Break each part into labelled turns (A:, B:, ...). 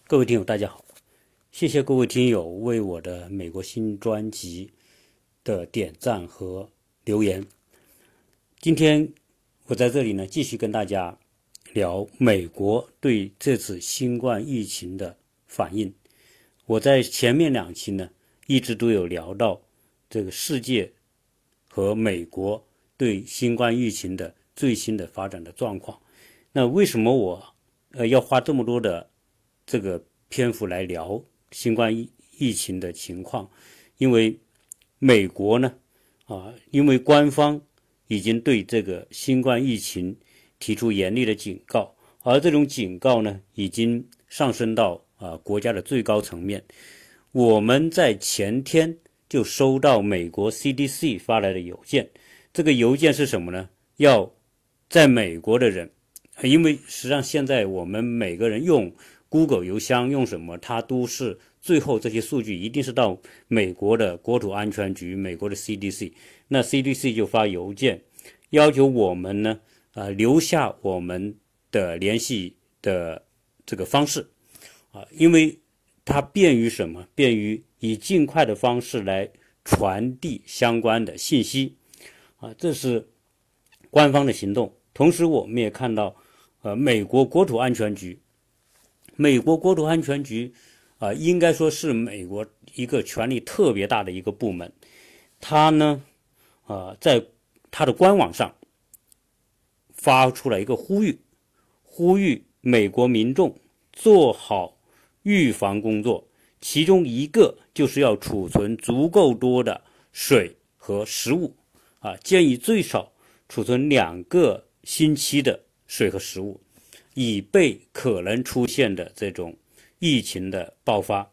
A: 各位听友大家好，谢谢各位听友为我的美国新专辑的点赞和留言。今天我在这里呢，继续跟大家聊美国对这次新冠疫情的反应。我在前面2期呢，一直都有聊到这个世界和美国对新冠疫情的最新的发展的状况。那为什么我要花这么多的这个篇幅来聊新冠疫情的情况？因为美国呢，因为官方已经对这个新冠疫情提出严厉的警告，而这种警告呢，已经上升到国家的最高层面。我们在前天就收到美国 CDC 发来的邮件，这个邮件是什么呢？要在美国的人，因为实际上现在我们每个人用 Google 邮箱用什么，它都是最后这些数据一定是到美国的国土安全局，美国的 CDC， 那 CDC 就发邮件要求我们呢留下我们的联系的这个方式因为它便于什么？便于以尽快的方式来传递相关的信息这是官方的行动。同时我们也看到美国国土安全局应该说是美国一个权力特别大的一个部门。它呢在它的官网上发出了一个呼吁美国民众做好预防工作，其中一个就是要储存足够多的水和食物建议最少储存2个星期的水和食物，以备可能出现的这种疫情的爆发。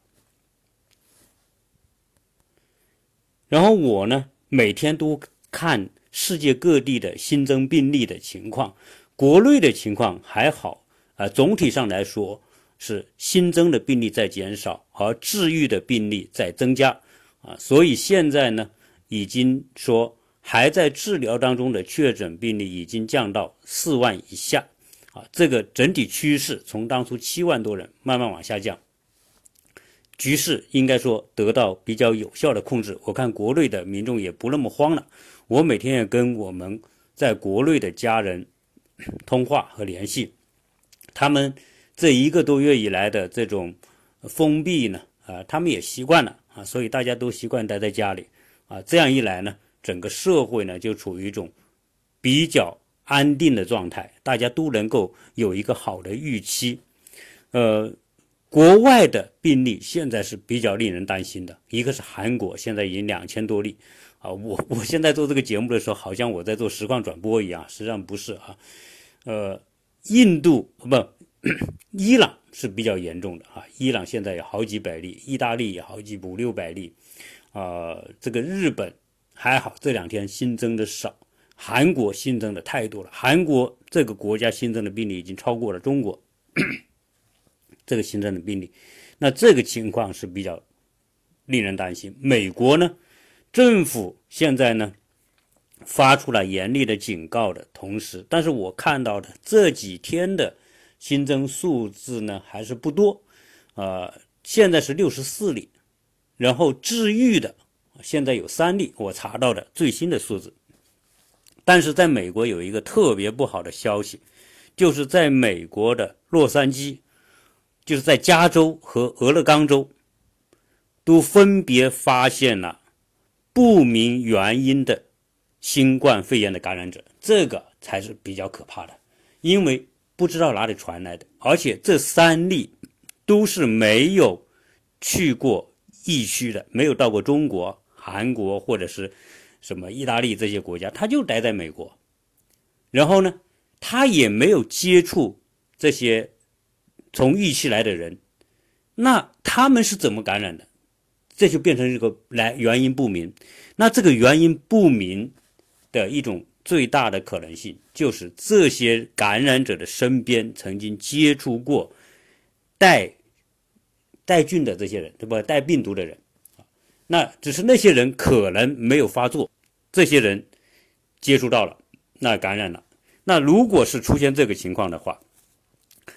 A: 然后我呢，每天都看世界各地的新增病例的情况，国内的情况还好总体上来说是新增的病例在减少，而治愈的病例在增加所以现在呢，已经说还在治疗当中的确诊病例已经降到4万以下这个整体趋势从当初7万多人慢慢往下降，局势应该说得到比较有效的控制。我看国内的民众也不那么慌了，我每天也跟我们在国内的家人通话和联系，他们这1个多月以来的这种封闭呢他们也习惯了所以大家都习惯待在家里这样一来呢，整个社会呢就处于一种比较安定的状态，大家都能够有一个好的预期。国外的病例现在是比较令人担心的，一个是韩国现在已经2000多例我现在做这个节目的时候好像我在做实况转播一样，实际上不是印度伊朗是比较严重的伊朗现在有好几百例，意大利也好几500-600例这个日本还好，这2天新增的少，韩国新增的太多了，韩国这个国家新增的病例已经超过了中国这个新增的病例，那这个情况是比较令人担心。美国呢，政府现在呢发出了严厉的警告的同时，但是我看到的这几天的新增数字呢还是不多现在是64例，然后治愈的现在有3例，我查到的最新的数字。但是在美国有一个特别不好的消息，就是在美国的洛杉矶，就是在加州和俄勒冈州都分别发现了不明原因的新冠肺炎的感染者，这个才是比较可怕的，因为不知道哪里传来的，而且这3例都是没有去过疫区的，没有到过中国、韩国或者是什么意大利这些国家，他就待在美国，然后呢他也没有接触这些从疫区来的人，那他们是怎么感染的？这就变成一个原因不明。那这个原因不明的一种最大的可能性，就是这些感染者的身边曾经接触过带菌的这些人，对吧？带病毒的人，那只是那些人可能没有发作，这些人接触到了，那感染了。那如果是出现这个情况的话，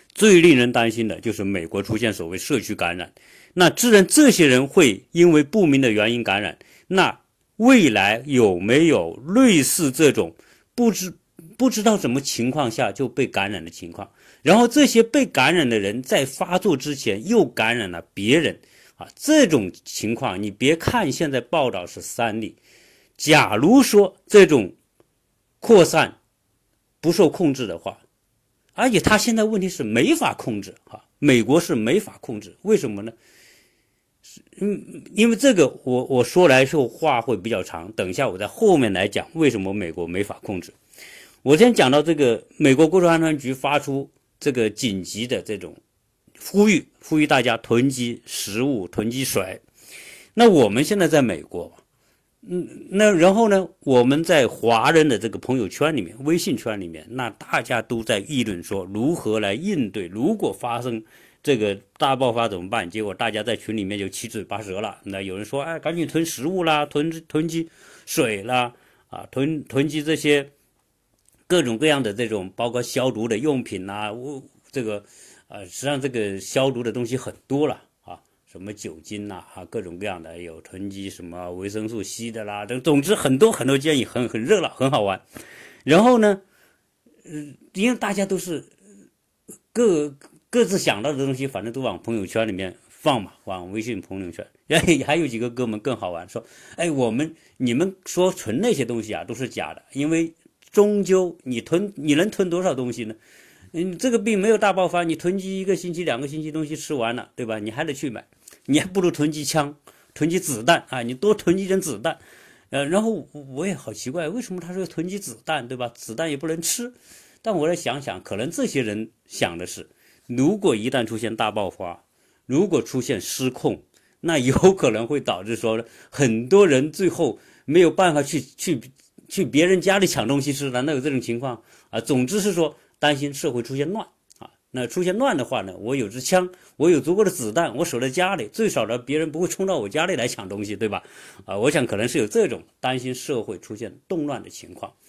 A: 最令人担心的就是美国出现所谓社区感染。那既然这些人会因为不明的原因感染，那未来有没有类似这种不知道什么情况下就被感染的情况，然后这些被感染的人在发作之前又感染了别人啊？这种情况你别看现在报道是3例，假如说这种扩散不受控制的话，而且他现在问题是没法控制啊，美国是没法控制，为什么呢？因为这个我说来说话会比较长，等一下我在后面来讲为什么美国没法控制。我先讲到这个美国国土安全局发出这个紧急的这种呼吁大家囤积食物、囤积水。那我们现在在美国，那然后呢，我们在华人的这个朋友圈里面、微信圈里面，那大家都在议论说如何来应对，如果发生这个大爆发怎么办？结果大家在群里面就七嘴八舌了。那有人说，哎，赶紧囤食物啦，囤积水啦，啊，囤积这些各种各样的这种，包括消毒的用品啦，这个实际上这个消毒的东西很多了啊，什么酒精啦啊，各种各样的，有囤积什么维生素 C 的啦，总之很多建议，很热闹，很好玩。然后呢，因为大家都是各自想到的东西，反正都往朋友圈里面放嘛，往微信朋友圈。还有几个哥们更好玩，说，哎，你们说存那些东西啊，都是假的，因为终究你能囤多少东西呢？这个病没有大爆发，你囤积1个星期、2个星期东西吃完了，对吧？你还得去买，你还不如囤积枪、囤积子弹啊！你多囤积点子弹。然后我也好奇怪，为什么他说囤积子弹，对吧？子弹也不能吃。但我来想想，可能这些人想的是，如果一旦出现大爆发，如果出现失控，那有可能会导致说很多人最后没有办法去别人家里抢东西吃，难道有这种情况啊？总之是说担心社会出现乱啊。那出现乱的话呢，我有支枪，我有足够的子弹，我守在家里，最少的别人不会冲到我家里来抢东西，对吧？我想可能是有这种担心社会出现动乱的情况。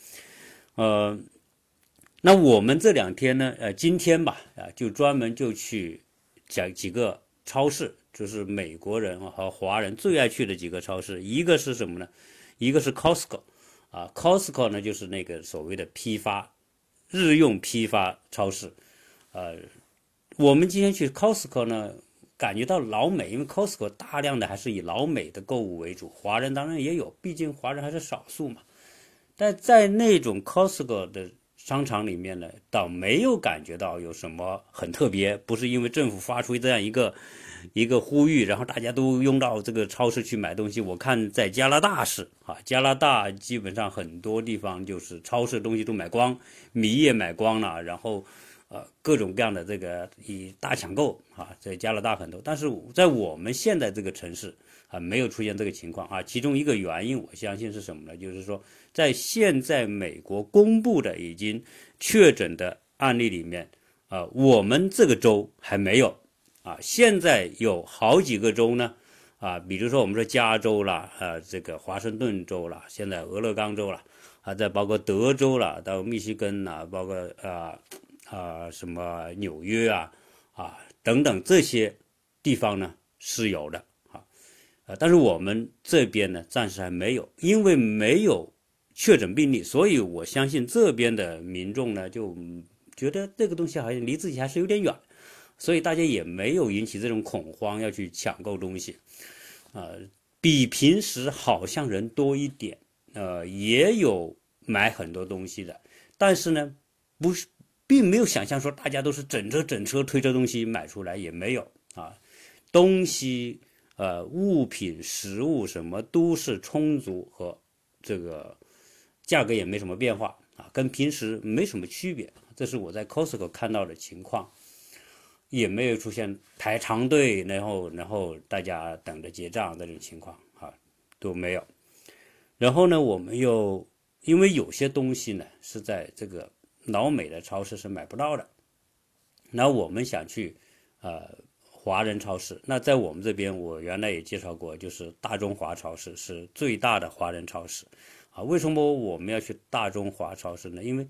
A: 那我们这2天呢，今天吧，就专门就去讲几个超市，就是美国人和华人最爱去的几个超市。一个是什么呢？一个是 Costco 啊 ，Costco 呢就是那个所谓的日用批发超市。我们今天去 Costco 呢，感觉到老美，因为 Costco 大量的还是以老美的购物为主，华人当然也有，毕竟华人还是少数嘛。但在那种 Costco 的商场里面呢，倒没有感觉到有什么很特别，不是因为政府发出这样一个呼吁，然后大家都拥到这个超市去买东西。我看在加拿大是啊，加拿大基本上很多地方就是超市东西都买光，米也买光了，然后各种各样的这个以大抢购啊，在加拿大很多，但是在我们现在这个城市啊，没有出现这个情况啊。其中一个原因，我相信是什么呢？就是说，在现在美国公布的已经确诊的案例里面，我们这个州还没有啊。现在有好几个州呢，啊，比如说我们说加州啦，这个华盛顿州啦，现在俄勒冈州啦，啊，再包括德州啦，到密西根啦，包括什么纽约啊等等这些地方呢是有的但是我们这边呢暂时还没有，因为没有确诊病例，所以我相信这边的民众呢就觉得这个东西好像离自己还是有点远，所以大家也没有引起这种恐慌要去抢购东西比平时好像人多一点也有买很多东西的，但是呢不是并没有想象说大家都是整车推着东西买出来，也没有东西物品食物什么都是充足和这个价格也没什么变化跟平时没什么区别，这是我在 Costco 看到的情况，也没有出现排长队然后大家等着结账这种情况都没有。然后呢我们又因为有些东西呢是在这个老美的超市是买不到的，那我们想去华人超市，那在我们这边我原来也介绍过，就是大中华超市是最大的华人超市为什么我们要去大中华超市呢？因为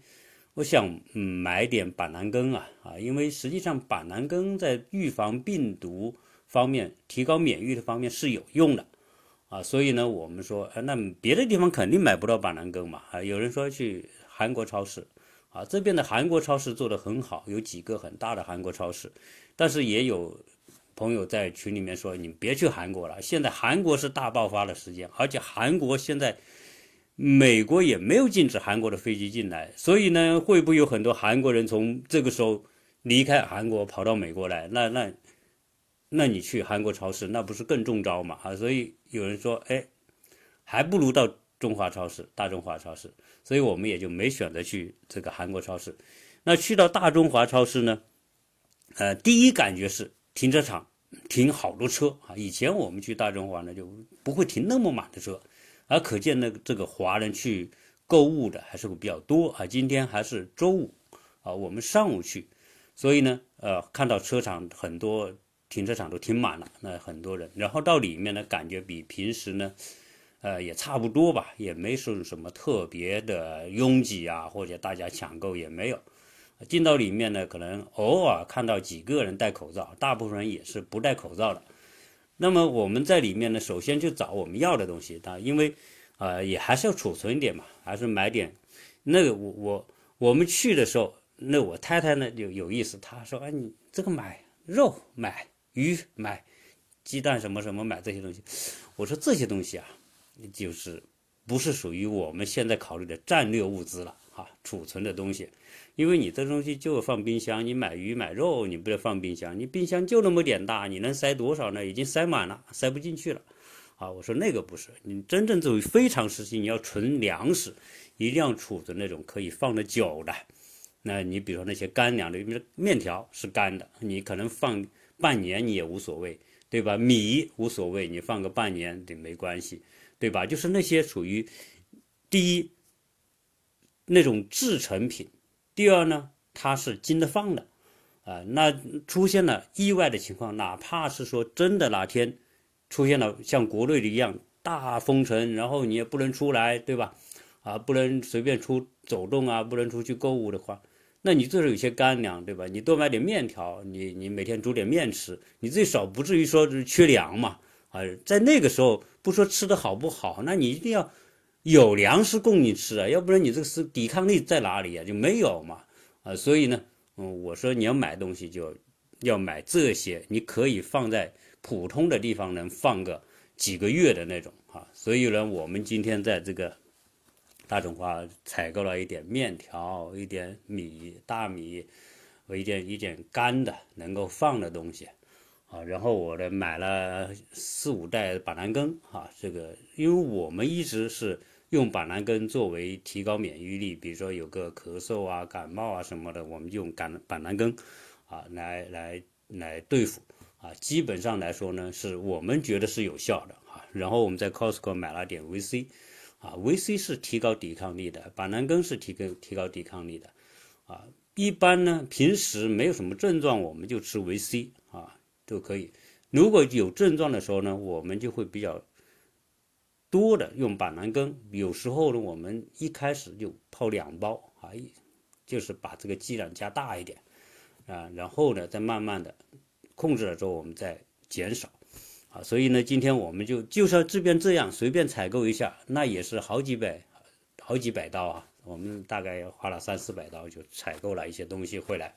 A: 我想买点板蓝根因为实际上板蓝根在预防病毒方面、提高免疫力的方面是有用的所以呢，我们说那别的地方肯定买不到板蓝根嘛有人说去韩国超市这边的韩国超市做得很好，有几个很大的韩国超市，但是也有朋友在群里面说你别去韩国了，现在韩国是大爆发的时间，而且韩国现在美国也没有禁止韩国的飞机进来，所以呢，会不会有很多韩国人从这个时候离开韩国跑到美国来？那你去韩国超市，那不是更中招嘛？所以有人说，还不如到中华超市、大中华超市，所以我们也就没选择去这个韩国超市。那去到大中华超市呢，第一感觉是停车场停好多车以前我们去大中华呢就不会停那么满的车。可见呢，这个华人去购物的还是会比较多今天还是周五我们上午去，所以呢，看到车场很多停车场都停满了，那很多人，然后到里面呢，感觉比平时呢，也差不多吧，也没是什么特别的拥挤或者大家抢购也没有。进到里面呢，可能偶尔看到几个人戴口罩，大部分人也是不戴口罩的。那么我们在里面呢，首先就找我们要的东西因为也还是要储存一点嘛，还是买点。那个我们去的时候，那我太太呢就有意思，她说你这个买肉、买鱼、买鸡蛋什么什么买这些东西，我说这些东西就是不是属于我们现在考虑的战略物资了储存的东西。因为你这东西就放冰箱，你买鱼买肉你不得放冰箱，你冰箱就那么点大，你能塞多少呢？已经塞满了，塞不进去了我说那个不是，你真正作为非常时期你要存粮食，一定要储存那种可以放得久的。那你比如说那些干粮的面条是干的，你可能放半年你也无所谓，对吧？米无所谓，你放个半年也没关系，对吧？就是那些属于第一那种制成品，第二呢，它是经得放的那出现了意外的情况，哪怕是说真的哪天出现了像国内的一样大封城，然后你也不能出来，对吧？不能随便走动不能出去购物的话，那你这是有些干粮，对吧？你多买点面条，你每天煮点面吃，你最少不至于说是缺粮嘛在那个时候不说吃的好不好，那你一定要有粮食供你吃要不然你这个是抵抗力在哪里就没有嘛所以呢，我说你要买东西就要买这些，你可以放在普通的地方能放个几个月的那种所以呢，我们今天在这个大中华采购了一点面条、一点米、大米和一点干的能够放的东西然后我呢买了4-5袋板蓝根这个因为我们一直是用板蓝根作为提高免疫力，比如说有个咳嗽感冒什么的，我们就用板蓝根来对付基本上来说呢，是我们觉得是有效的然后我们在 Costco 买了点维 C维 C 是提高抵抗力的，板蓝根是提高抵抗力的一般呢平时没有什么症状，我们就吃维 C都可以。如果有症状的时候呢，我们就会比较多的用板蓝根，有时候呢我们一开始就泡2包就是把这个剂量加大一点然后呢再慢慢的控制了之后我们再减少所以呢今天我们就像这边这样随便采购一下，那也是好几百刀我们大概花了300-400刀就采购了一些东西回来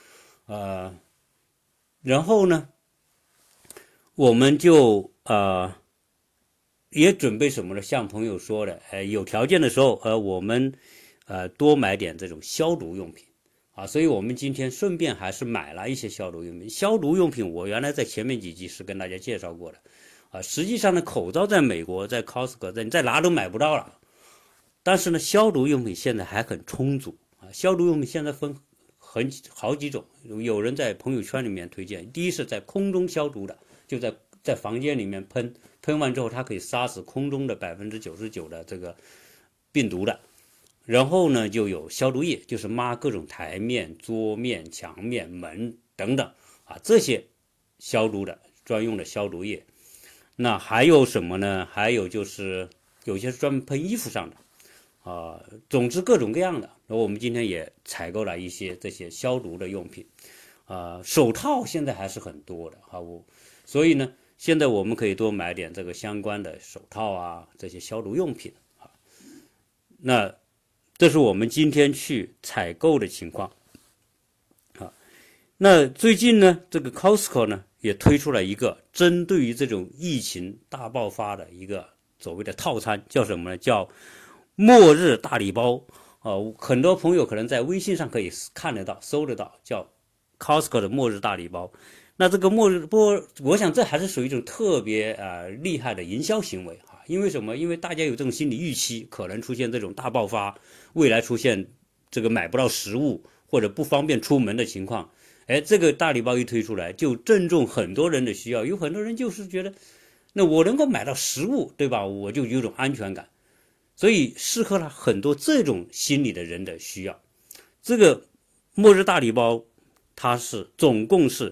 A: 然后呢我们就也准备什么呢？像朋友说的有条件的时候我们多买点这种消毒用品所以我们今天顺便还是买了一些消毒用品。消毒用品我原来在前面几集是跟大家介绍过的实际上呢，口罩在美国在 Costco 在哪都买不到了，但是呢，消毒用品现在还很充足消毒用品现在分好几种，有人在朋友圈里面推荐，第一是在空中消毒的，就在房间里面喷完之后，它可以杀死空中的99%的这个病毒的。然后呢，就有消毒液，就是抹各种台面、桌面、墙面、门等等这些消毒的专用的消毒液。那还有什么呢？还有就是有些是专门喷衣服上的总之各种各样的。然后我们今天也采购了一些这些消毒的用品，手套现在还是很多的所以呢，现在我们可以多买点这个相关的手套啊，这些消毒用品那这是我们今天去采购的情况那最近呢，这个 Costco 呢也推出了一个针对于这种疫情大爆发的一个所谓的套餐，叫什么呢？叫末日大礼包很多朋友可能在微信上可以看得到、搜得到，叫 Costco 的末日大礼包。那这个我想这还是属于一种特别厉害的营销行为因为什么？因为大家有这种心理预期，可能出现这种大爆发，未来出现这个买不到食物或者不方便出门的情况。这个大礼包一推出来，就正中很多人的需要。有很多人就是觉得，那我能够买到食物，对吧？我就有种安全感。所以适合了很多这种心理的人的需要。这个末日大礼包，它总共是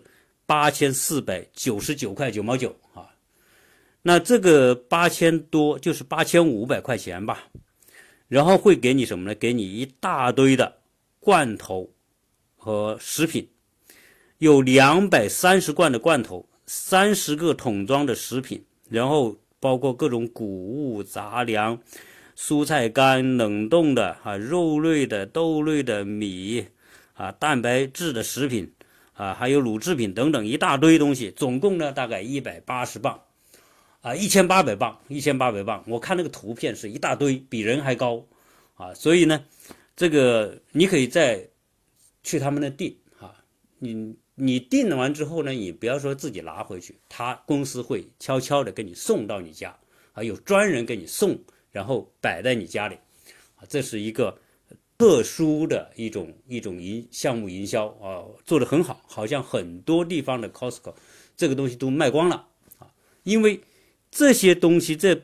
A: 8499块9毛9那这个8000多就是8500块钱吧。然后会给你什么呢？给你一大堆的罐头和食品，有230罐的罐头，30个桶装的食品，然后包括各种谷物、杂粮、蔬菜干、冷冻的肉类的、豆类的、米蛋白质的食品还有乳制品等等一大堆东西，总共呢大概180磅1800磅，我看那个图片是一大堆，比人还高所以呢，这个你可以再去他们那订你订完之后呢，你不要说自己拿回去，他公司会悄悄的给你送到你家有专人给你送，然后摆在你家里这是一个特殊的一种项目营销做得很好，好像很多地方的 Costco 这个东西都卖光了因为这些东西，这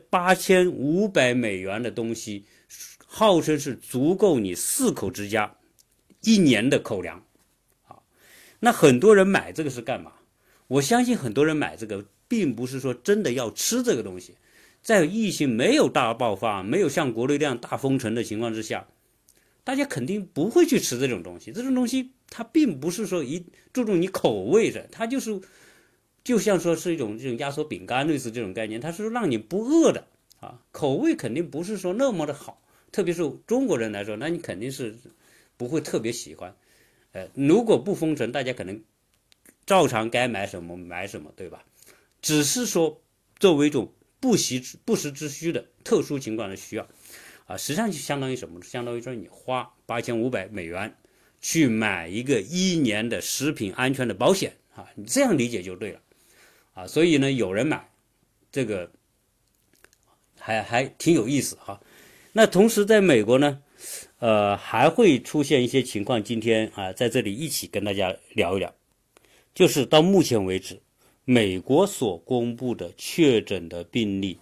A: 8500美元的东西，号称是足够你4口之家1年的口粮那很多人买这个是干嘛？我相信很多人买这个并不是说真的要吃这个东西。在疫情没有大爆发，没有像国内这样大封城的情况之下，大家肯定不会去吃这种东西。这种东西它并不是说注重你口味的，它就像说是一种这种压缩饼干类似这种概念，它是让你不饿的口味肯定不是说那么的好，特别是中国人来说，那你肯定是不会特别喜欢。如果不封城，大家可能照常该买什么买什么，对吧？只是说作为一种不时之需的特殊情况的需要实际上就相当于什么？相当于说你花8500美元去买一个1年的食品安全的保险你这样理解就对了所以呢，有人买这个还挺有意思那同时在美国呢还会出现一些情况，今天在这里一起跟大家聊一聊。就是到目前为止，美国所公布的确诊的病例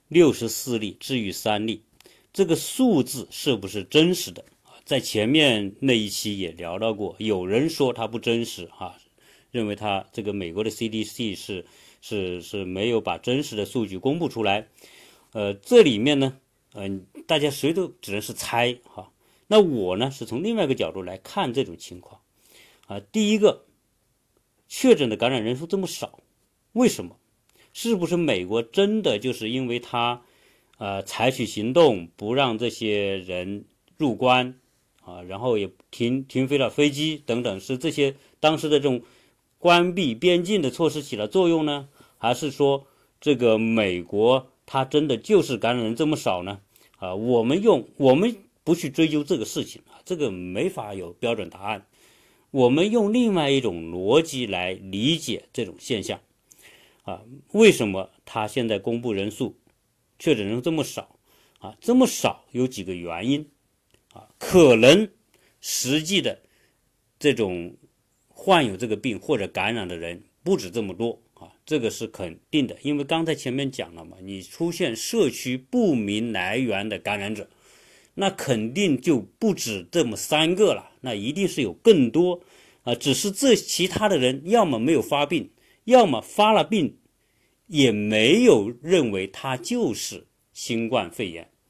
A: 64例，治愈3例，这个数字是不是真实的？在前面那一期也聊到过，有人说它不真实认为它这个美国的 CDC 是没有把真实的数据公布出来。这里面呢，大家谁都只能是猜那我呢是从另外一个角度来看这种情况第一个，确诊的感染人数这么少，为什么？是不是美国真的就是因为他采取行动不让这些人入关然后也停飞了飞机等等，是这些当时的这种关闭边境的措施起了作用呢？还是说这个美国它真的就是感染人这么少呢？我们不去追究这个事情这个没法有标准答案。我们用另外一种逻辑来理解这种现象为什么他现在公布人数确诊人数这么少这么少有几个原因可能实际的这种患有这个病或者感染的人不止这么多这个是肯定的，因为刚才前面讲了嘛，你出现社区不明来源的感染者，那肯定就不止这么3个了，那一定是有更多只是其他的人要么没有发病，要么发了病也没有认为他就是新冠肺炎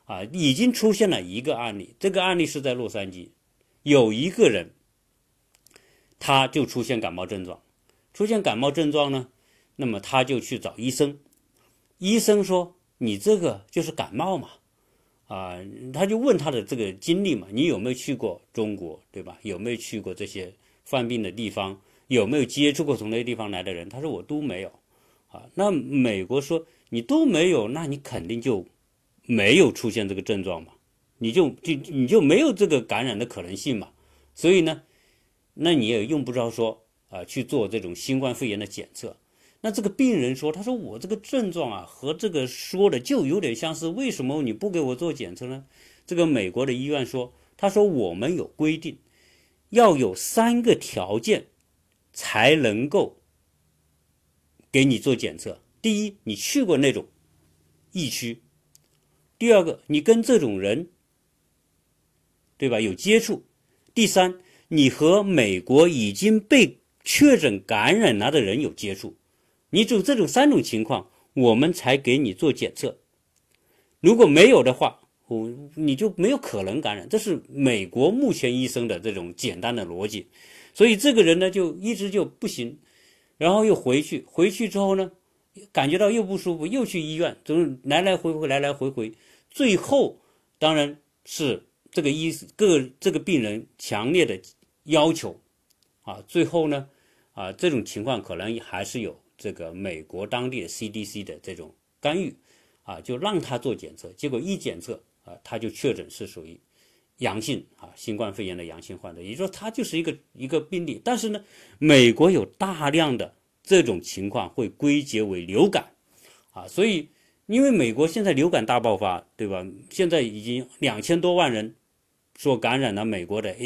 A: 已经出现了一个案例，这个案例是在洛杉矶，有一个人他就出现感冒症状，呢，那么他就去找医生，医生说你这个就是感冒嘛，他就问他的这个经历嘛，你有没有去过中国，对吧？有没有去过这些犯病的地方？有没有接触过从那些地方来的人？他说我都没有。那美国说你都没有，那你肯定就没有出现这个症状嘛，你就没有这个感染的可能性嘛。所以呢，那你也用不着说去做这种新冠肺炎的检测。那这个病人说，他说我这个症状和这个说的就有点相似，为什么你不给我做检测呢？这个美国的医院说，他说我们有规定，要有3个条件才能够给你做检测。第一，你去过那种疫区；第二个，你跟这种人，对吧，有接触；第三，你和美国已经被确诊感染了的人有接触。你只有这种3种情况，我们才给你做检测。如果没有的话，你就没有可能感染。这是美国目前医生的这种简单的逻辑。所以这个人呢，就一直就不行，然后又回去之后呢，感觉到又不舒服，又去医院，总来来回回，最后当然是这个病人强烈的要求最后呢这种情况可能还是有这个美国当地的 CDC 的这种干预就让他做检测，结果一检测他就确诊是属于阳性新冠肺炎的阳性患者，也就是说他就是一个病例。但是呢，美国有大量的这种情况会归结为流感所以因为美国现在流感大爆发，对吧？现在已经2000多万人说感染了美国的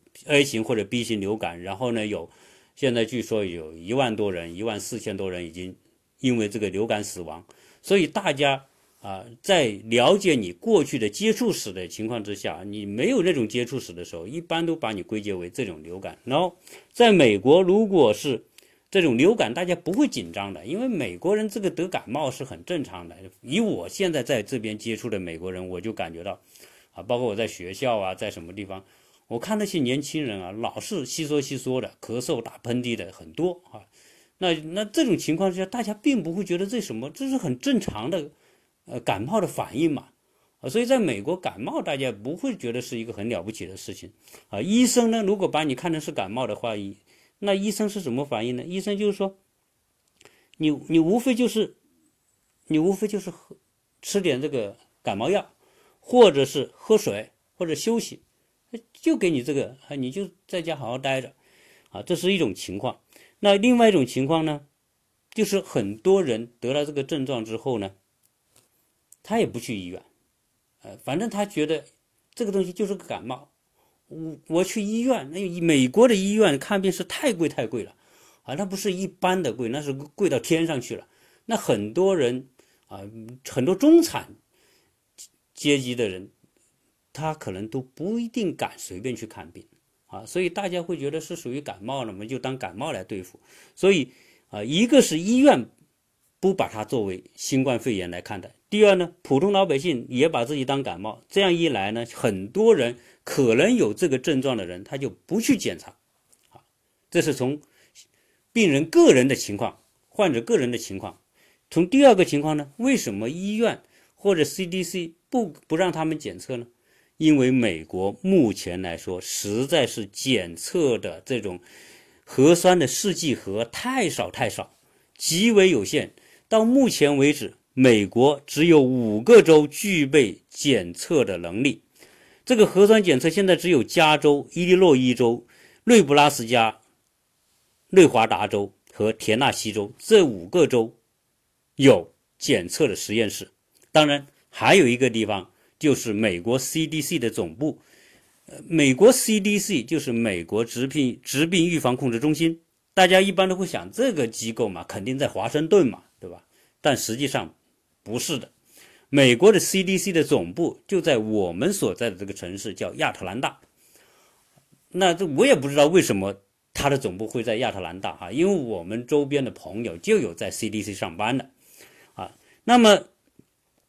A: A 型或者 B 型流感，然后呢现在据说有1万多人14000多人已经因为这个流感死亡。所以大家在了解你过去的接触史的情况之下，你没有那种接触史的时候，一般都把你归结为这种流感。然后在美国，如果是这种流感，大家不会紧张的，因为美国人这个得感冒是很正常的。以我现在在这边接触的美国人，我就感觉到包括我在学校在什么地方，我看那些年轻人老是稀嗦的，咳嗽打喷嚏的很多那这种情况之下，大家并不会觉得这是很正常的感冒的反应嘛所以在美国感冒大家不会觉得是一个很了不起的事情医生呢，如果把你看成是感冒的话，那医生是什么反应呢？医生就是说你无非就是吃点这个感冒药，或者是喝水，或者休息，就给你这个你就在家好好待着这是一种情况。那另外一种情况呢，就是很多人得了这个症状之后呢，他也不去医院反正他觉得这个东西就是个感冒，我去医院，那美国的医院看病是太贵了那不是一般的贵，那是贵到天上去了。那很多人很多中产阶级的人，他可能都不一定敢随便去看病所以大家会觉得是属于感冒了，我们就当感冒来对付。所以一个是医院不把它作为新冠肺炎来看待，第二呢，普通老百姓也把自己当感冒，这样一来呢，很多人可能有这个症状的人，他就不去检查这是从病人个人的情况，患者个人的情况。从第二个情况呢，为什么医院或者 CDC 不让他们检测呢？因为美国目前来说实在是检测的这种核酸的试剂盒太少，极为有限。到目前为止，美国只有5个州具备检测的能力。这个核酸检测现在只有加州、伊利诺伊州、内布拉斯加、内华达州和田纳西州这5个州有检测的实验室。当然还有一个地方就是美国 CDC 的总部，美国 CDC 就是美国疾病预防控制中心。大家一般都会想这个机构嘛，肯定在华盛顿嘛，对吧？但实际上不是的，美国的 CDC 的总部就在我们所在的这个城市，叫亚特兰大。那这我也不知道为什么它的总部会在亚特兰大因为我们周边的朋友就有在 CDC 上班的那么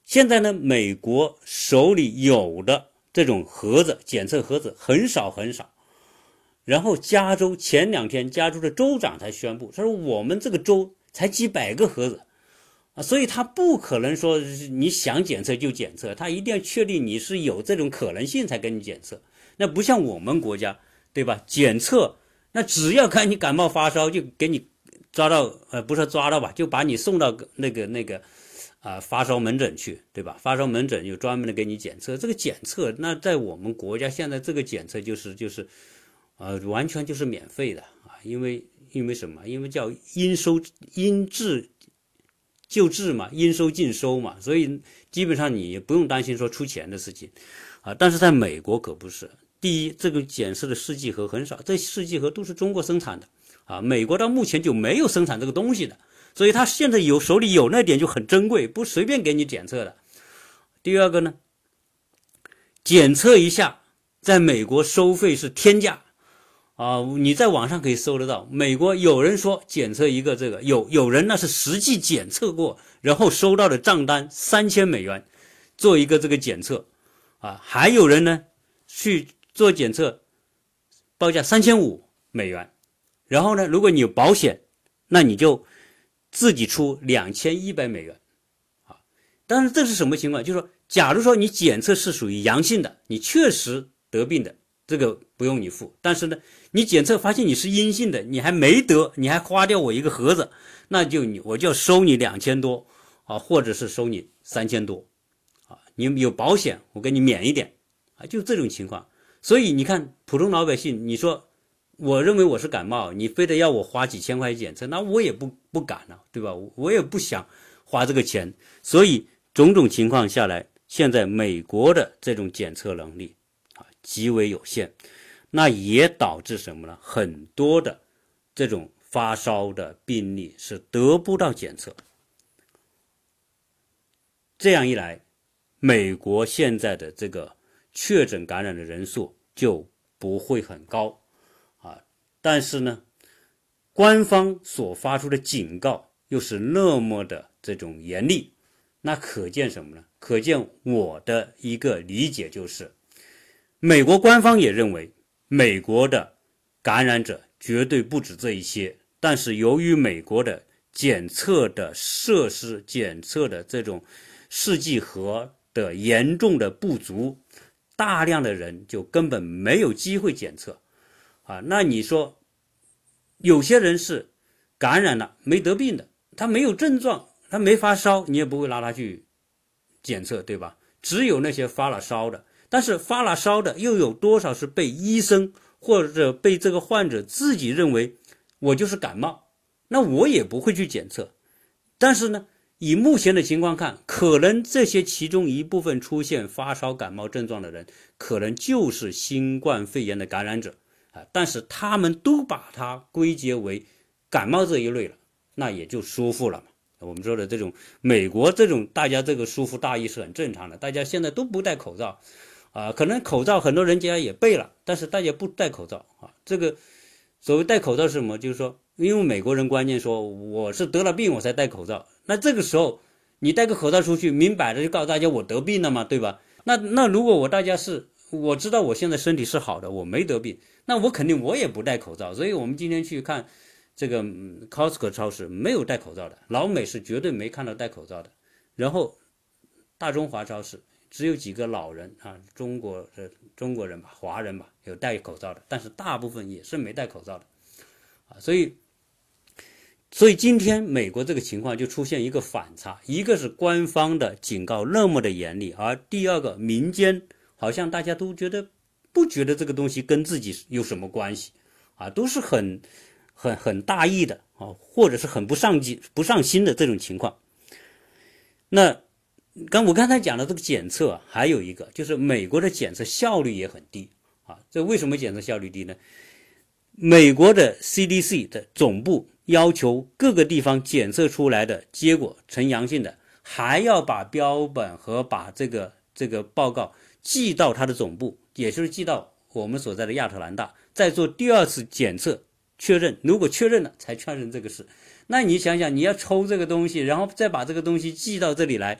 A: 现在呢，美国手里有的这种盒子，检测盒子很少很少。然后加州前2天，加州的州长才宣布，他说我们这个州才几百个盒子啊，所以他不可能说你想检测就检测，他一定要确定你是有这种可能性才给你检测。那不像我们国家，对吧？检测那只要看你感冒发烧就给你抓到，不是抓到吧，就把你送到那个发烧门诊去，对吧？发烧门诊有专门的给你检测。这个检测，那在我们国家现在这个检测就是完全就是免费的啊，因为什么？因为叫因治就治嘛，应收尽收嘛，所以基本上你也不用担心说出钱的事情啊。但是在美国可不是，第一，这个检测的试剂盒很少，这试剂盒都是中国生产的啊，美国到目前就没有生产这个东西的，所以他现在手里有那点就很珍贵，不随便给你检测的。第二个呢，检测一下，在美国收费是天价。你在网上可以搜得到，美国有人说检测一个这个，有人那是实际检测过，然后收到的账单$3000做一个这个检测啊，还有人呢去做检测，报价$3500，然后呢，如果你有保险，那你就自己出$2100啊。但是这是什么情况？就是说，假如说你检测是属于阳性的，你确实得病的，这个不用你付，但是呢，你检测发现你是阴性的，你还没得，你还花掉我一个盒子，那我就要收你2000多啊，或者是收你3000多啊。你有保险，我给你免一点啊，就这种情况。所以你看，普通老百姓，你说我认为我是感冒，你非得要我花几千块钱检测，那我也不敢了，对吧？我也不想花这个钱。所以种种情况下来，现在美国的这种检测能力极为有限，那也导致什么呢？很多的这种发烧的病例是得不到检测。这样一来，美国现在的这个确诊感染的人数就不会很高啊。但是呢，官方所发出的警告又是那么的这种严厉，那可见什么呢？可见我的一个理解就是，美国官方也认为美国的感染者绝对不止这一些，但是由于美国的检测的设施、检测的这种试剂盒的严重的不足，大量的人就根本没有机会检测啊。那你说有些人是感染了没得病的，他没有症状，他没发烧，你也不会拿他去检测，对吧？只有那些发了烧的，但是发了烧的又有多少是被医生或者被这个患者自己认为我就是感冒，那我也不会去检测。但是呢，以目前的情况看，可能这些其中一部分出现发烧感冒症状的人，可能就是新冠肺炎的感染者啊，但是他们都把它归结为感冒这一类了，那也就舒服了嘛。我们说的这种美国这种大家这个疏忽大意是很正常的，大家现在都不戴口罩可能口罩很多人家也备了，但是大家不戴口罩这个所谓戴口罩是什么？就是说，因为美国人观念说我是得了病我才戴口罩，那这个时候你戴个口罩出去，明摆着就告诉大家我得病了嘛，对吧？那如果我知道我现在身体是好的，我没得病，那我肯定我也不戴口罩。所以我们今天去看这个Costco 超市没有戴口罩的，老美是绝对没看到戴口罩的。然后大中华超市只有几个老人中国人吧，华人吧，有戴口罩的，但是大部分也是没戴口罩的所以今天美国这个情况就出现一个反差，一个是官方的警告那么的严厉，而第二个民间好像大家都不觉得这个东西跟自己有什么关系都是很大意的或者是很不上心的这种情况。那我刚才讲的这个检测还有一个就是美国的检测效率也很低这为什么检测效率低呢？美国的 CDC 的总部要求各个地方检测出来的结果呈阳性的，还要把标本和把这个报告寄到他的总部，也就是寄到我们所在的亚特兰大，再做第二次检测确认，如果确认了才确认这个事。那你想想，你要抽这个东西，然后再把这个东西寄到这里来，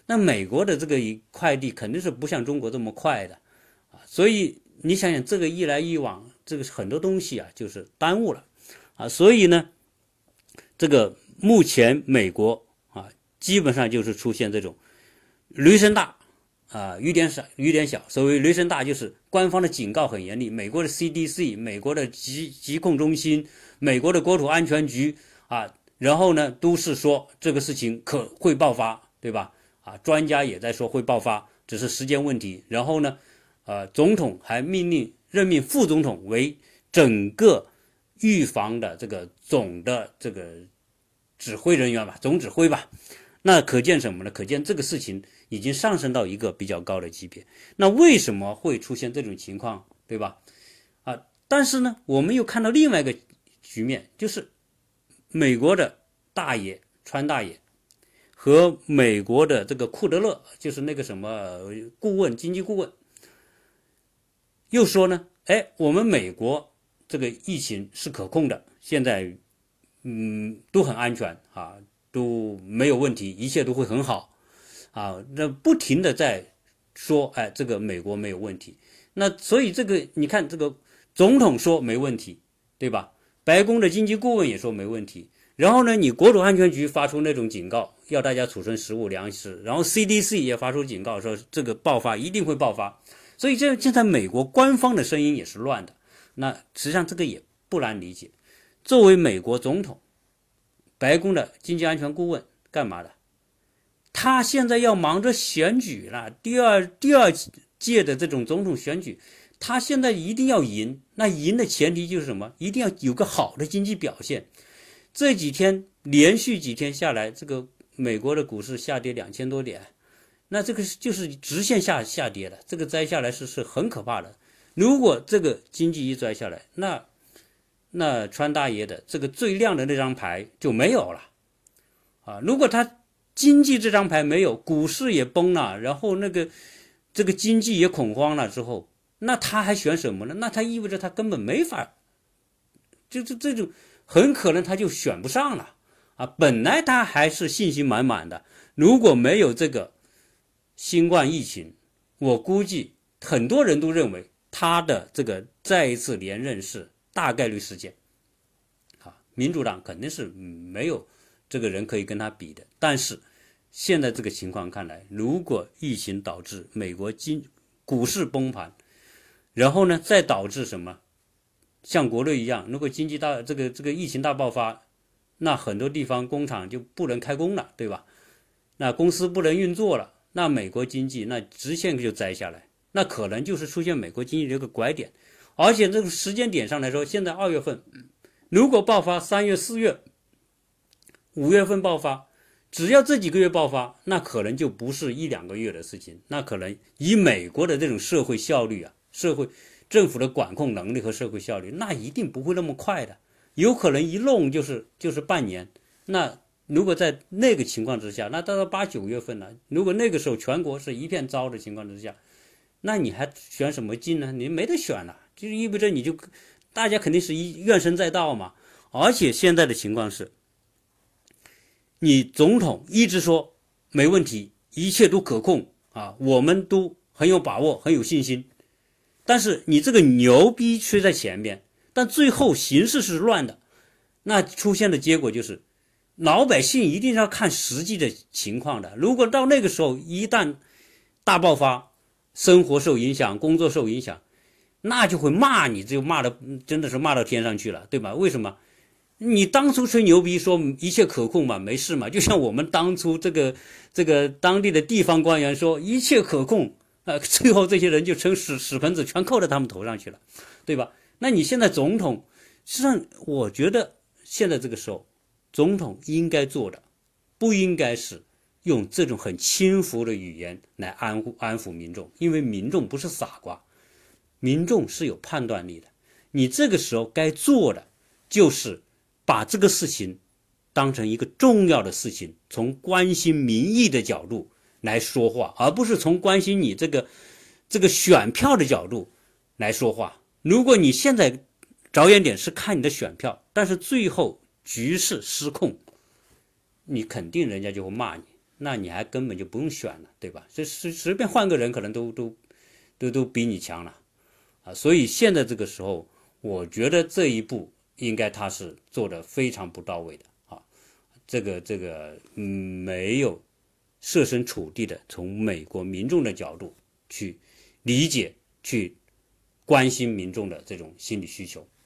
A: 那美国的这个快递肯定是不像中国这么快的啊，所以你想想这个一来一往，这个很多东西啊就是耽误了啊，所以呢，这个目前美国啊基本上就是出现这种雷声大啊，雨点小。所谓雷声大，就是官方的警告很严厉，美国的 CDC、美国的疾控中心、美国的国土安全局啊，然后呢都是说这个事情会爆发，对吧？啊，专家也在说会爆发，只是时间问题。然后呢，总统还任命副总统为整个预防的这个总的这个指挥人员吧，总指挥吧。那可见什么呢？可见这个事情已经上升到一个比较高的级别。那为什么会出现这种情况，对吧？啊，但是呢，我们又看到另外一个局面，就是美国的大爷川大爷和美国的这个库德勒，就是那个什么经济顾问，又说呢，我们美国这个疫情是可控的，现在都很安全啊，都没有问题，一切都会很好啊，那不停的在说，这个美国没有问题。那所以这个你看，这个总统说没问题，对吧？白宫的经济顾问也说没问题。然后呢，你国土安全局发出那种警告，要大家储存食物粮食，然后 CDC 也发出警告说这个爆发一定会爆发。所以现在美国官方的声音也是乱的。那实际上这个也不难理解。作为美国总统，白宫的经济安全顾问干嘛的？他现在要忙着选举了，第二届的这种总统选举，他现在一定要赢。那赢的前提就是什么？一定要有个好的经济表现。这几天连续几天下来，这个美国的股市下跌2000多点，那这个就是直线下跌的，这个摘下来是很可怕的。如果这个经济一摘下来，那川大爷的这个最亮的那张牌就没有了啊！如果他经济这张牌没有，股市也崩了，然后这个经济也恐慌了之后，那他还选什么呢？那他意味着他根本没法，这种很可能他就选不上了啊！本来他还是信心满满的，如果没有这个新冠疫情，我估计很多人都认为他的这个再一次连任是大概率事件啊，民主党肯定是没有这个人可以跟他比的。但是现在这个情况看来，如果疫情导致美国股市崩盘，然后呢再导致什么像国内一样，如果经济这个疫情大爆发，那很多地方工厂就不能开工了，对吧？那公司不能运作了，那美国经济那直线就摘下来，那可能就是出现美国经济的一个拐点。而且这个时间点上来说，现在2月份如果爆发，3月4月5月份爆发，只要这几个月爆发，那可能就不是1-2个月的事情，那可能以美国的这种社会效率啊，政府的管控能力和社会效率，那一定不会那么快的，有可能一弄就是半年。那如果在那个情况之下，那到8、9月份了，如果那个时候全国是一片糟的情况之下，那你还选什么劲呢？你没得选了，就意味着大家肯定是怨声载道嘛。而且现在的情况是，你总统一直说没问题，一切都可控啊，我们都很有把握，很有信心。但是你这个牛逼吹在前面，但最后形势是乱的，那出现的结果就是老百姓一定是要看实际的情况的。如果到那个时候一旦大爆发，生活受影响，工作受影响，那就会骂你，就骂的真的是骂到天上去了，对吧？为什么？你当初吹牛逼说一切可控嘛，没事嘛，就像我们当初这个当地的地方官员说一切可控，最后这些人就成屎盆子全扣在他们头上去了，对吧？那你现在总统，实际上我觉得现在这个时候，总统应该做的，不应该是用这种很轻浮的语言来安抚民众，因为民众不是傻瓜，民众是有判断力的。你这个时候该做的就是把这个事情当成一个重要的事情，从关心民意的角度来说话，而不是从关心你这个选票的角度来说话。如果你现在着眼点是看你的选票，但是最后局势失控，你肯定人家就会骂你， 那你还根本就不用选了，对吧？这随便换个人可能都比你强了啊！所以现在这个时候，我觉得这一步应该他是做的非常不到位的啊，没有设身处地的从美国民众的角度去理解、去关心民众的这种心理需求。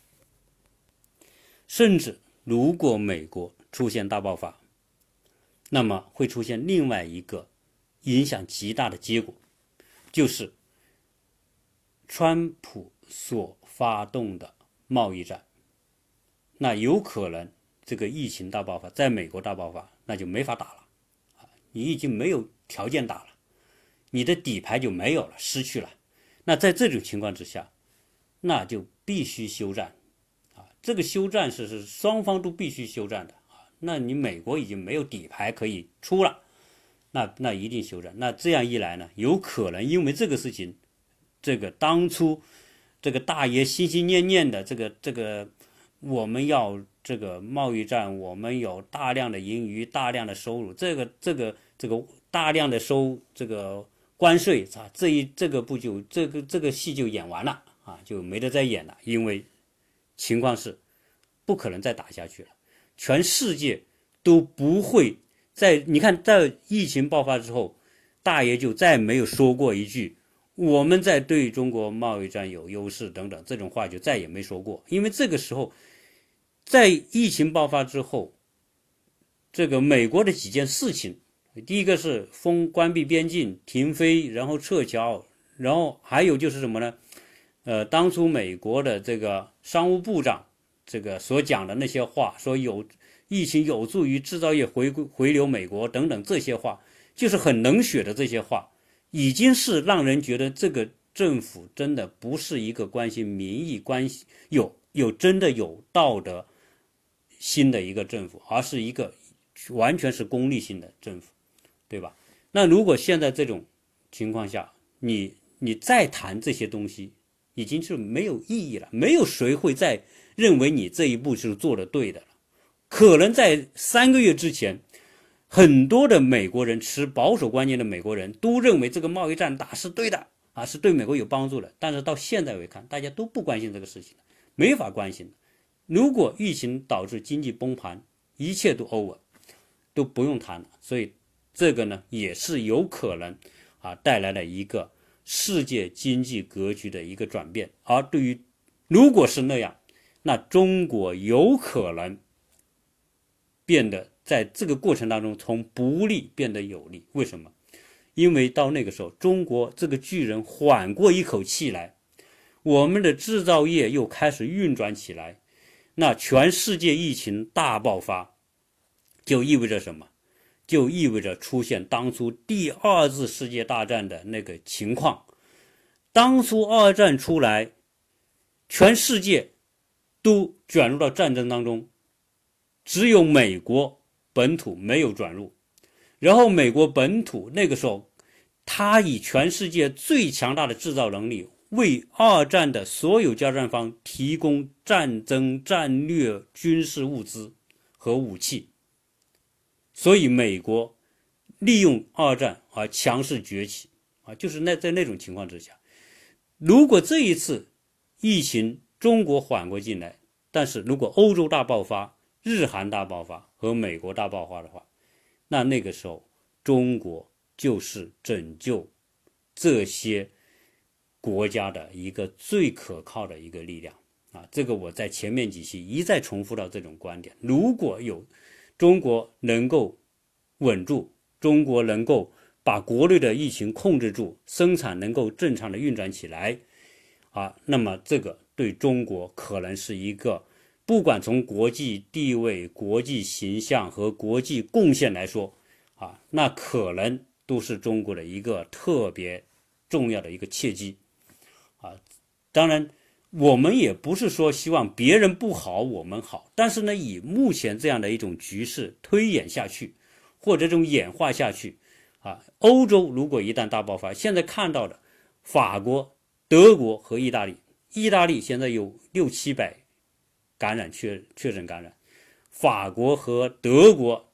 A: 甚至如果美国出现大爆发，那么会出现另外一个影响极大的结果，就是川普所发动的贸易战，那有可能这个疫情大爆发，在美国大爆发，那就没法打了，你已经没有条件打了，你的底牌就没有了，失去了。那在这种情况之下，那就必须休战啊！这个休战是双方都必须休战的啊！那你美国已经没有底牌可以出了，那一定休战。那这样一来呢，有可能因为这个事情，这个当初这个大爷心心念念的这个我们要这个贸易战，我们有大量的盈余，大量的收入，这个大量的收这个关税啊，这个戏就演完了啊，就没得再演了，因为情况是不可能再打下去了，全世界都不会你看在疫情爆发之后，大爷就再没有说过一句我们在对中国贸易战有优势等等这种话，就再也没说过。因为这个时候在疫情爆发之后，这个美国的几件事情，第一个是关闭边境停飞，然后撤侨，然后还有就是什么呢，当初美国的这个商务部长这个所讲的那些话，说疫情有助于制造业回流美国等等，这些话就是很冷血的，这些话已经是让人觉得这个政府真的不是一个关心民意、关系真的有道德心的一个政府，而是一个完全是功利性的政府，对吧？那如果现在这种情况下，你再谈这些东西，已经是没有意义了，没有谁会再认为你这一步是做的对的了。可能在3个月之前，很多的美国人，持保守观念的美国人都认为这个贸易战打是对的啊，是对美国有帮助的。但是到现在为看，大家都不关心这个事情了，没法关心了。如果疫情导致经济崩盘，一切都 over， 都不用谈了。所以这个呢，也是有可能带来了一个世界经济格局的一个转变。而如果是那样，那中国有可能变得在这个过程当中从不利变得有利。为什么？因为到那个时候，中国这个巨人缓过一口气来，我们的制造业又开始运转起来，那全世界疫情大爆发，就意味着什么？就意味着出现当初第2次世界大战的那个情况。当初2战出来，全世界都卷入到战争当中，只有美国本土没有转入。然后美国本土那个时候，他以全世界最强大的制造能力，为2战的所有交战方提供战争战略军事物资和武器。所以美国利用2战强势崛起就是在那种情况之下，如果这一次疫情中国缓过劲来，但是如果欧洲大爆发、日韩大爆发和美国大爆发的话，那个时候中国就是拯救这些国家的一个最可靠的一个力量这个我在前面几期一再重复到这种观点。如果有中国能够稳住，中国能够把国内的疫情控制住，生产能够正常的运转起来那么这个对中国可能是一个，不管从国际地位、国际形象和国际贡献来说那可能都是中国的一个特别重要的一个契机当然我们也不是说希望别人不好我们好，但是呢，以目前这样的一种局势推演下去，或者这种演化下去欧洲如果一旦大爆发，现在看到的法国、德国和意大利现在有600-700确诊感染，法国和德国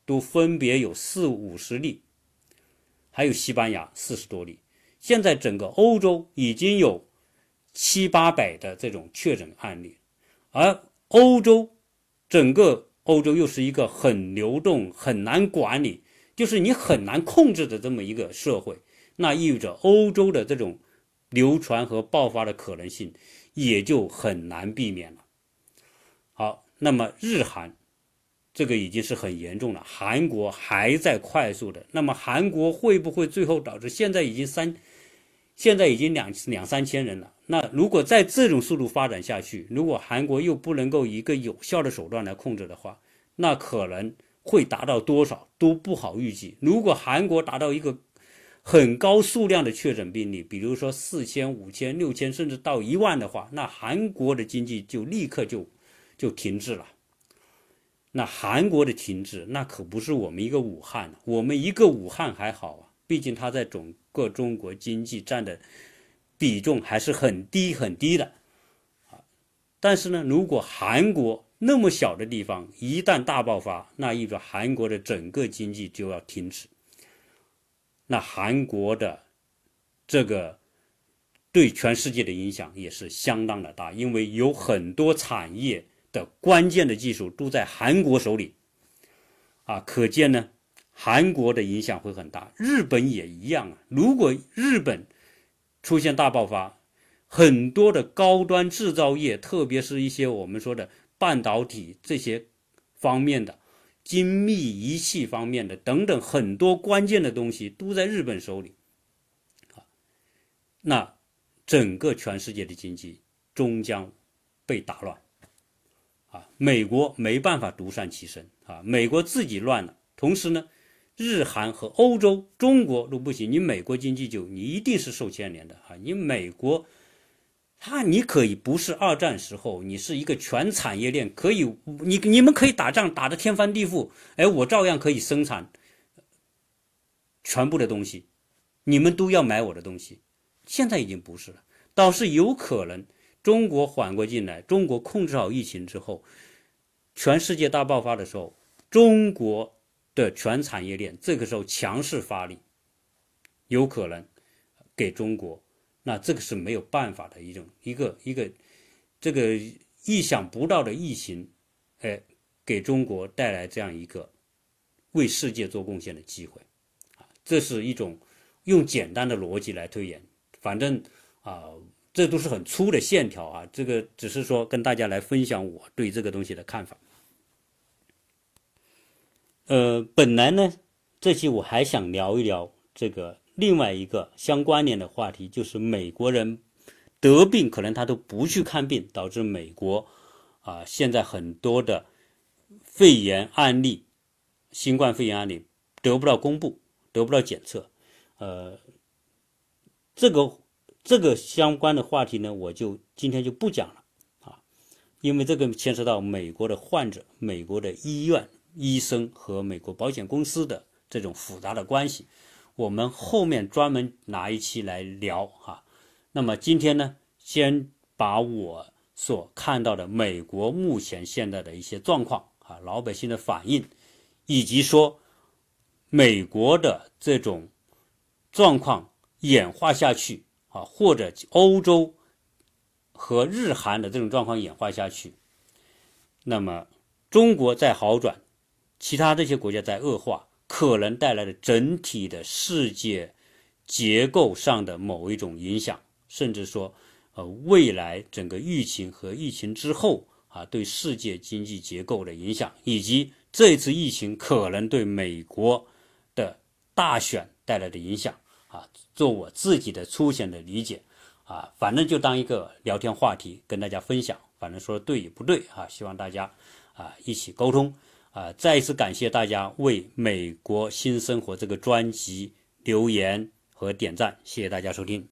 A: 都分别有40-50例，还有西班牙40多例。现在整个欧洲已经有700-800的这种确诊案例，而整个欧洲又是一个很流动、很难管理，就是你很难控制的这么一个社会，那意味着欧洲的这种流传和爆发的可能性也就很难避免了。好，那么日韩这个已经是很严重了，韩国还在快速的，那么韩国会不会最后导致现在已经两三千人了？那如果在这种速度发展下去，如果韩国又不能够以一个有效的手段来控制的话，那可能会达到多少都不好预计。如果韩国达到一个很高数量的确诊病例，比如说4000、5000、6000，甚至到1万的话，那韩国的经济就立刻就停滞了。那韩国的停滞，那可不是我们一个武汉，我们一个武汉还好啊，毕竟它在整个中国经济占的比重还是很低很低的。但是呢，如果韩国那么小的地方一旦大爆发，那意味着韩国的整个经济就要停止。那韩国的这个对全世界的影响也是相当的大，因为有很多产业的关键的技术都在韩国手里可见呢，韩国的影响会很大。日本也一样啊，如果日本出现大爆发，很多的高端制造业，特别是一些我们说的半导体这些方面的精密仪器方面的等等，很多关键的东西都在日本手里那整个全世界的经济终将被打乱美国没办法独善其身美国自己乱了，同时呢，日韩和欧洲、中国都不行，你美国经济你一定是受牵连的你美国你可以不是二战时候，你是一个全产业链，可以你们可以打仗打得天翻地覆，我照样可以生产全部的东西，你们都要买我的东西。现在已经不是了，倒是有可能中国缓过劲来，中国控制好疫情之后，全世界大爆发的时候，中国的全产业链这个时候强势发力，有可能给中国，那这个是没有办法的一个这个意想不到的疫情，给中国带来这样一个为世界做贡献的机会这是一种用简单的逻辑来推演，反正这都是很粗的线条这个只是说跟大家来分享我对这个东西的看法。本来呢，这期我还想聊一聊这个另外一个相关联的话题，就是美国人得病可能他都不去看病，导致美国现在很多的肺炎案例、新冠肺炎案例得不到公布，得不到检测。这个相关的话题呢，我今天就不讲了因为这个牵涉到美国的患者、美国的医院、医生和美国保险公司的这种复杂的关系，我们后面专门拿一期来聊那么今天呢，先把我所看到的美国目前现在的一些状况老百姓的反应，以及说美国的这种状况演化下去或者欧洲和日韩的这种状况演化下去，那么中国在好转，其他这些国家在恶化，可能带来的整体的世界结构上的某一种影响，甚至说未来整个疫情和疫情之后对世界经济结构的影响，以及这次疫情可能对美国的大选带来的影响做我自己的粗浅的理解反正就当一个聊天话题跟大家分享，反正说对也不对希望大家一起沟通再一次感谢大家为美国新生活这个专辑留言和点赞，谢谢大家收听。